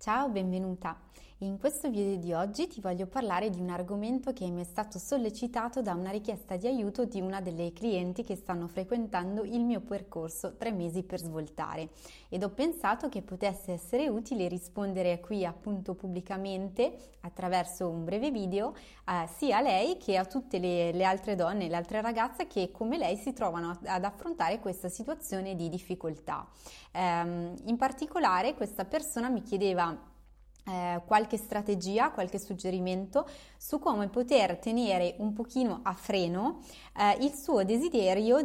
Ciao, benvenuta. In questo video di oggi ti voglio parlare di un argomento che mi è stato sollecitato da una richiesta di aiuto di una delle clienti che stanno frequentando il mio percorso 3 mesi per svoltare ed ho pensato che potesse essere utile rispondere qui appunto pubblicamente attraverso un breve video sia a lei che a tutte le altre donne, le altre ragazze che come lei si trovano ad affrontare questa situazione di difficoltà. In particolare questa persona mi chiedeva qualche strategia, qualche suggerimento su come poter tenere un pochino a freno il suo desiderio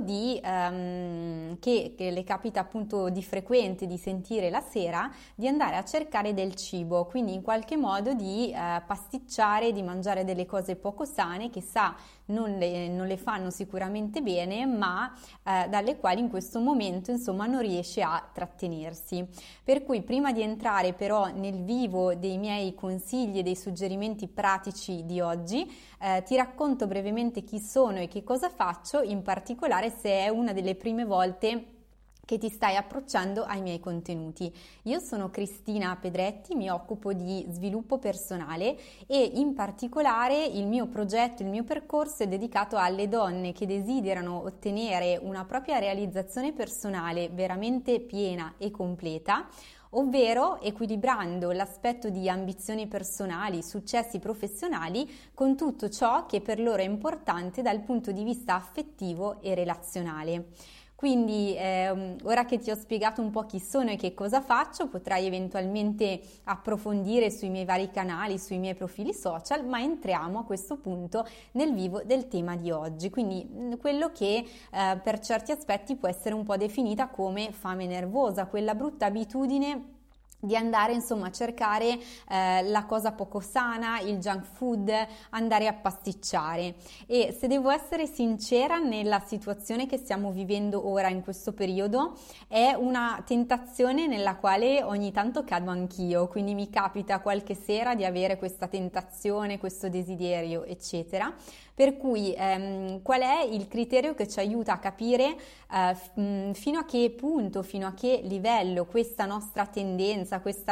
che le capita appunto di frequente di sentire la sera, di andare a cercare del cibo, quindi in qualche modo di pasticciare, di mangiare delle cose poco sane che sa non le fanno sicuramente bene, ma dalle quali in questo momento insomma non riesce a trattenersi. Per cui prima di entrare però nel vivo dei miei consigli e dei suggerimenti pratici di oggi, ti racconto brevemente chi sono e che cosa faccio, in particolare se è una delle prime volte che ti stai approcciando ai miei contenuti. Io sono Cristina Pedretti, mi occupo di sviluppo personale e in particolare il mio progetto, il mio percorso è dedicato alle donne che desiderano ottenere una propria realizzazione personale veramente piena e completa, ovvero equilibrando l'aspetto di ambizioni personali, successi professionali con tutto ciò che per loro è importante dal punto di vista affettivo e relazionale. Quindi ora che ti ho spiegato un po' chi sono e che cosa faccio, potrai eventualmente approfondire sui miei vari canali, sui miei profili social, ma entriamo a questo punto nel vivo del tema di oggi, quindi quello che per certi aspetti può essere un po' definita come fame nervosa, quella brutta abitudine di andare insomma a cercare la cosa poco sana, il junk food, andare a pasticciare. E se devo essere sincera, nella situazione che stiamo vivendo ora in questo periodo è una tentazione nella quale ogni tanto cado anch'io, quindi mi capita qualche sera di avere questa tentazione, questo desiderio eccetera, per cui qual è il criterio che ci aiuta a capire fino a che punto, fino a che livello questa nostra tendenza,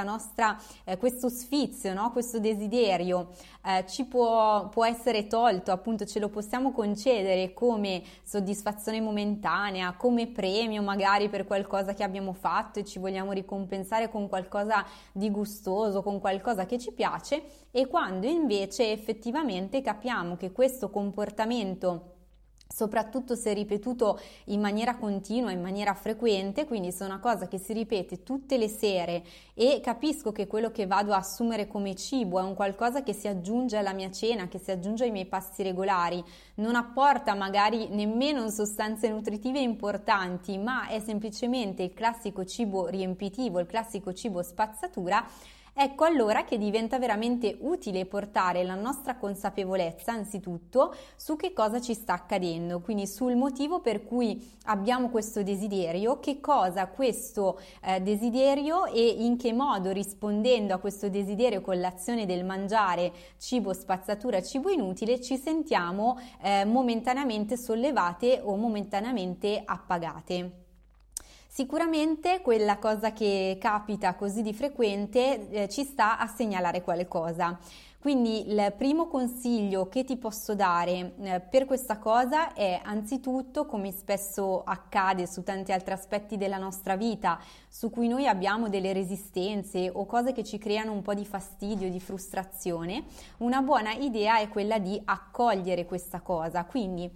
questo sfizio, no? Questo desiderio ci può essere tolto, appunto ce lo possiamo concedere come soddisfazione momentanea, come premio magari per qualcosa che abbiamo fatto e ci vogliamo ricompensare con qualcosa di gustoso, con qualcosa che ci piace, e quando invece effettivamente capiamo che questo comportamento, soprattutto se ripetuto in maniera continua, in maniera frequente, quindi se è una cosa che si ripete tutte le sere e capisco che quello che vado a assumere come cibo è un qualcosa che si aggiunge alla mia cena, che si aggiunge ai miei pasti regolari, non apporta magari nemmeno sostanze nutritive importanti, ma è semplicemente il classico cibo riempitivo, il classico cibo spazzatura, ecco allora che diventa veramente utile portare la nostra consapevolezza anzitutto su che cosa ci sta accadendo, quindi sul motivo per cui abbiamo questo desiderio, che cosa questo desiderio e in che modo, rispondendo a questo desiderio con l'azione del mangiare cibo spazzatura, cibo inutile, ci sentiamo momentaneamente sollevate o momentaneamente appagate. Sicuramente quella cosa che capita così di frequente ci sta a segnalare qualcosa. Quindi il primo consiglio che ti posso dare per questa cosa è anzitutto, come spesso accade su tanti altri aspetti della nostra vita, su cui noi abbiamo delle resistenze o cose che ci creano un po' di fastidio, di frustrazione, una buona idea è quella di accogliere questa cosa, quindi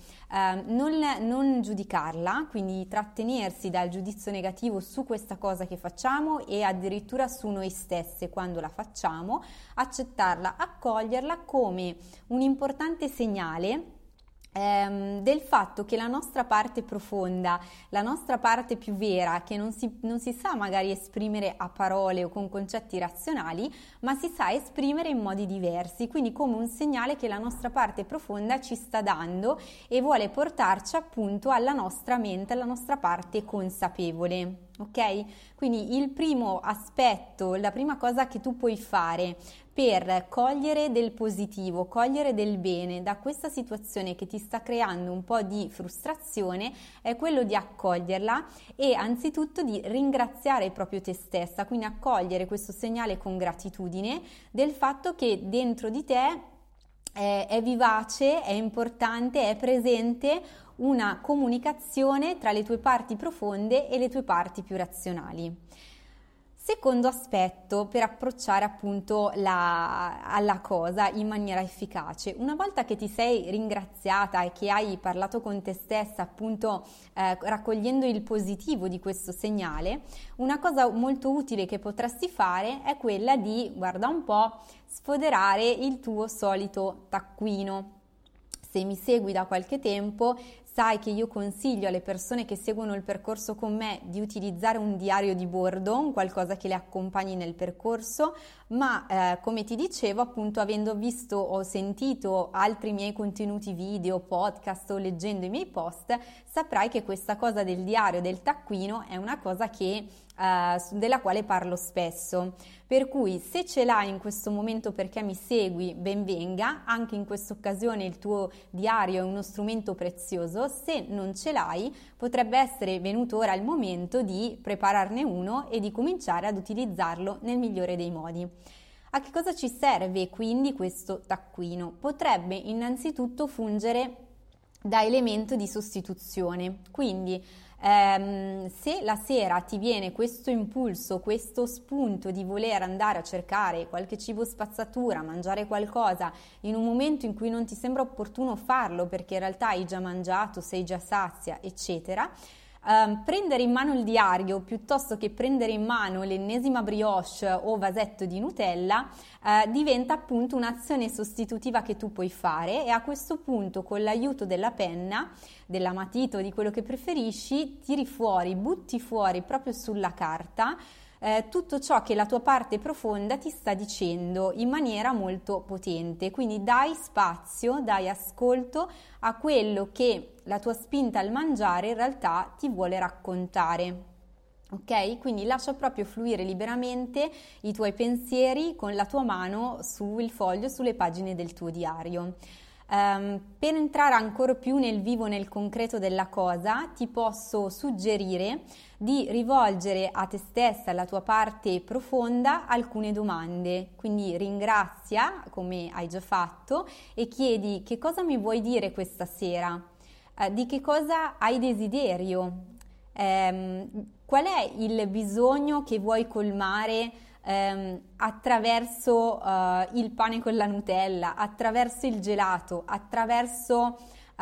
non giudicarla, quindi trattenersi dal giudizio negativo su questa cosa che facciamo e addirittura su noi stesse quando la facciamo, accettarla, accoglierla come un importante segnale del fatto che la nostra parte profonda, la nostra parte più vera, che non si sa magari esprimere a parole o con concetti razionali, ma si sa esprimere in modi diversi, quindi come un segnale che la nostra parte profonda ci sta dando e vuole portarci appunto alla nostra mente, alla nostra parte consapevole. ok? Quindi il primo aspetto, la prima cosa che tu puoi fare per cogliere del positivo, cogliere del bene da questa situazione che ti sta creando un po' di frustrazione è quello di accoglierla e anzitutto di ringraziare proprio te stessa, quindi accogliere questo segnale con gratitudine del fatto che dentro di te è vivace, è importante, è presente una comunicazione tra le tue parti profonde e le tue parti più razionali. Secondo aspetto per approcciare appunto alla cosa in maniera efficace. Una volta che ti sei ringraziata e che hai parlato con te stessa appunto raccogliendo il positivo di questo segnale, una cosa molto utile che potresti fare è quella di, guarda un po', sfoderare il tuo solito taccuino. Se mi segui da qualche tempo, sai che io consiglio alle persone che seguono il percorso con me di utilizzare un diario di bordo, un qualcosa che le accompagni nel percorso, ma come ti dicevo, appunto, avendo visto o sentito altri miei contenuti video, podcast o leggendo i miei post, saprai che questa cosa del diario, del taccuino, è una cosa della quale parlo spesso. Per cui se ce l'hai in questo momento perché mi segui, ben venga, anche in questa occasione il tuo diario è uno strumento prezioso. Se non ce l'hai, potrebbe essere venuto ora il momento di prepararne uno e di cominciare ad utilizzarlo nel migliore dei modi. A che cosa ci serve quindi questo taccuino? Potrebbe innanzitutto fungere da elemento di sostituzione, quindi se la sera ti viene questo impulso, questo spunto di voler andare a cercare qualche cibo spazzatura, mangiare qualcosa in un momento in cui non ti sembra opportuno farlo perché in realtà hai già mangiato, sei già sazia, eccetera, prendere in mano il diario piuttosto che prendere in mano l'ennesima brioche o vasetto di Nutella diventa appunto un'azione sostitutiva che tu puoi fare, e a questo punto con l'aiuto della penna, della matita o di quello che preferisci, tiri fuori, butti fuori proprio sulla carta tutto ciò che la tua parte profonda ti sta dicendo in maniera molto potente. Quindi dai spazio, dai ascolto a quello che la tua spinta al mangiare in realtà ti vuole raccontare. Ok? Quindi lascia proprio fluire liberamente i tuoi pensieri con la tua mano sul foglio, sulle pagine del tuo diario. Per entrare ancora più nel vivo, nel concreto della cosa, ti posso suggerire di rivolgere a te stessa, alla tua parte profonda, alcune domande. Quindi ringrazia, come hai già fatto, e chiedi: che cosa mi vuoi dire questa sera? Di che cosa hai desiderio? Qual è il bisogno che vuoi colmare attraverso il pane con la Nutella, attraverso il gelato, attraverso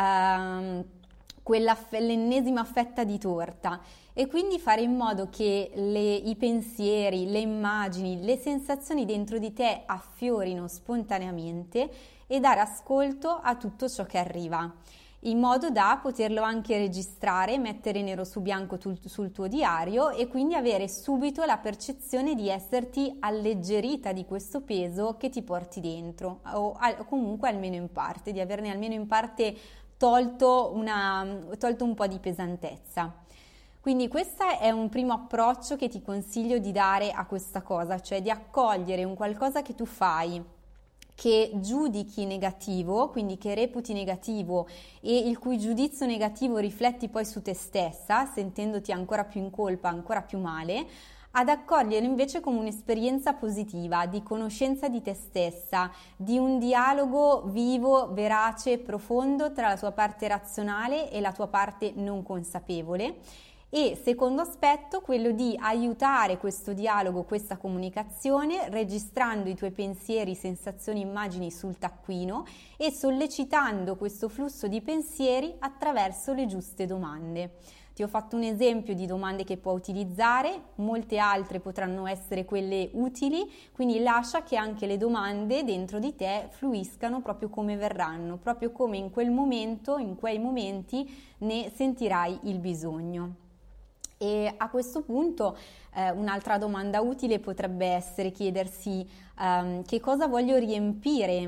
l'ennesima fetta di torta? E quindi fare in modo che i pensieri, le immagini, le sensazioni dentro di te affiorino spontaneamente e dare ascolto a tutto ciò che arriva, in modo da poterlo anche registrare, mettere nero su bianco sul tuo diario e quindi avere subito la percezione di esserti alleggerita di questo peso che ti porti dentro, o comunque almeno in parte, di averne almeno in parte tolto un po' di pesantezza. Quindi questo è un primo approccio che ti consiglio di dare a questa cosa, cioè di accogliere un qualcosa che tu fai, che giudichi negativo, quindi che reputi negativo e il cui giudizio negativo rifletti poi su te stessa, sentendoti ancora più in colpa, ancora più male, ad accogliere invece come un'esperienza positiva, di conoscenza di te stessa, di un dialogo vivo, verace, profondo tra la tua parte razionale e la tua parte non consapevole. E secondo aspetto, quello di aiutare questo dialogo, questa comunicazione, registrando i tuoi pensieri, sensazioni, immagini sul taccuino e sollecitando questo flusso di pensieri attraverso le giuste domande. Ti ho fatto un esempio di domande che puoi utilizzare, molte altre potranno essere quelle utili, quindi lascia che anche le domande dentro di te fluiscano proprio come verranno, proprio come in quel momento, in quei momenti ne sentirai il bisogno. E a questo punto un'altra domanda utile potrebbe essere chiedersi che cosa voglio riempire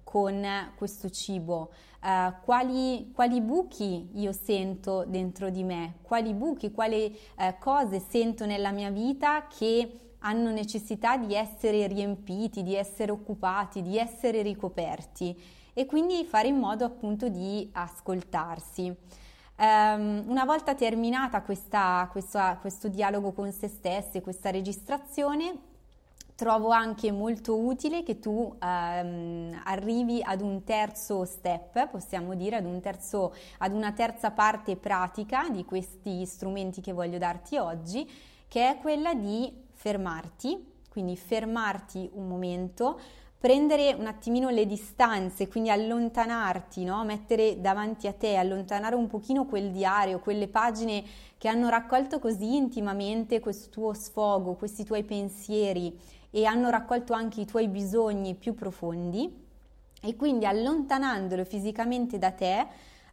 con questo cibo, quali buchi io sento dentro di me, quali buchi, quali cose sento nella mia vita che hanno necessità di essere riempiti, di essere occupati, di essere ricoperti, e quindi fare in modo appunto di ascoltarsi. Una volta terminata questo dialogo con se stesse, questa registrazione, trovo anche molto utile che tu arrivi ad un terzo step, possiamo dire, ad una terza parte pratica di questi strumenti che voglio darti oggi, che è quella di fermarti, quindi fermarti un momento, prendere un attimino le distanze, quindi allontanarti, no? Mettere davanti a te, allontanare un pochino quel diario, quelle pagine che hanno raccolto così intimamente questo tuo sfogo, questi tuoi pensieri, e hanno raccolto anche i tuoi bisogni più profondi, e quindi allontanandolo fisicamente da te,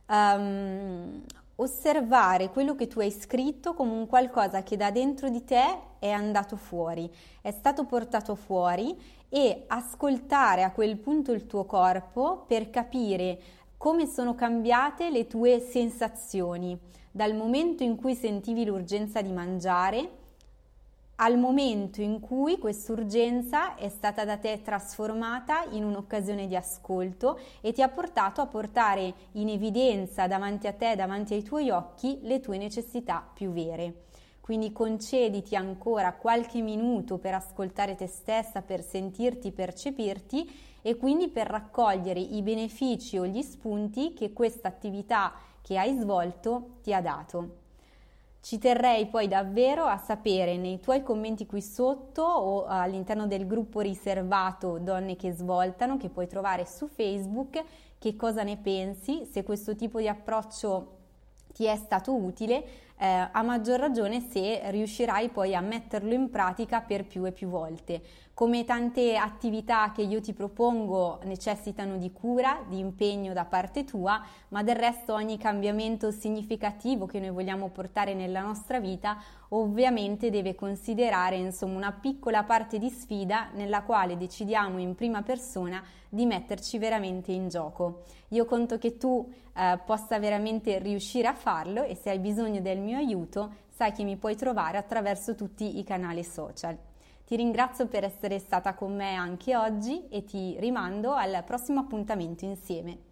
osservare quello che tu hai scritto come un qualcosa che da dentro di te è andato fuori, è stato portato fuori, e ascoltare a quel punto il tuo corpo per capire come sono cambiate le tue sensazioni dal momento in cui sentivi l'urgenza di mangiare al momento in cui quest'urgenza è stata da te trasformata in un'occasione di ascolto e ti ha portato a portare in evidenza davanti a te, davanti ai tuoi occhi, le tue necessità più vere. Quindi concediti ancora qualche minuto per ascoltare te stessa, per sentirti, percepirti, e quindi per raccogliere i benefici o gli spunti che questa attività che hai svolto ti ha dato. Ci terrei poi davvero a sapere nei tuoi commenti qui sotto o all'interno del gruppo riservato Donne che Svoltano, che puoi trovare su Facebook, che cosa ne pensi, se questo tipo di approccio ti è stato utile, a maggior ragione se riuscirai poi a metterlo in pratica per più e più volte. Come tante attività che io ti propongo necessitano di cura, di impegno da parte tua, ma del resto ogni cambiamento significativo che noi vogliamo portare nella nostra vita ovviamente deve considerare una piccola parte di sfida nella quale decidiamo in prima persona di metterci veramente in gioco. Io conto che tu possa veramente riuscire a farlo, e se hai bisogno del mio aiuto sai che mi puoi trovare attraverso tutti i canali social. Ti ringrazio per essere stata con me anche oggi e ti rimando al prossimo appuntamento insieme.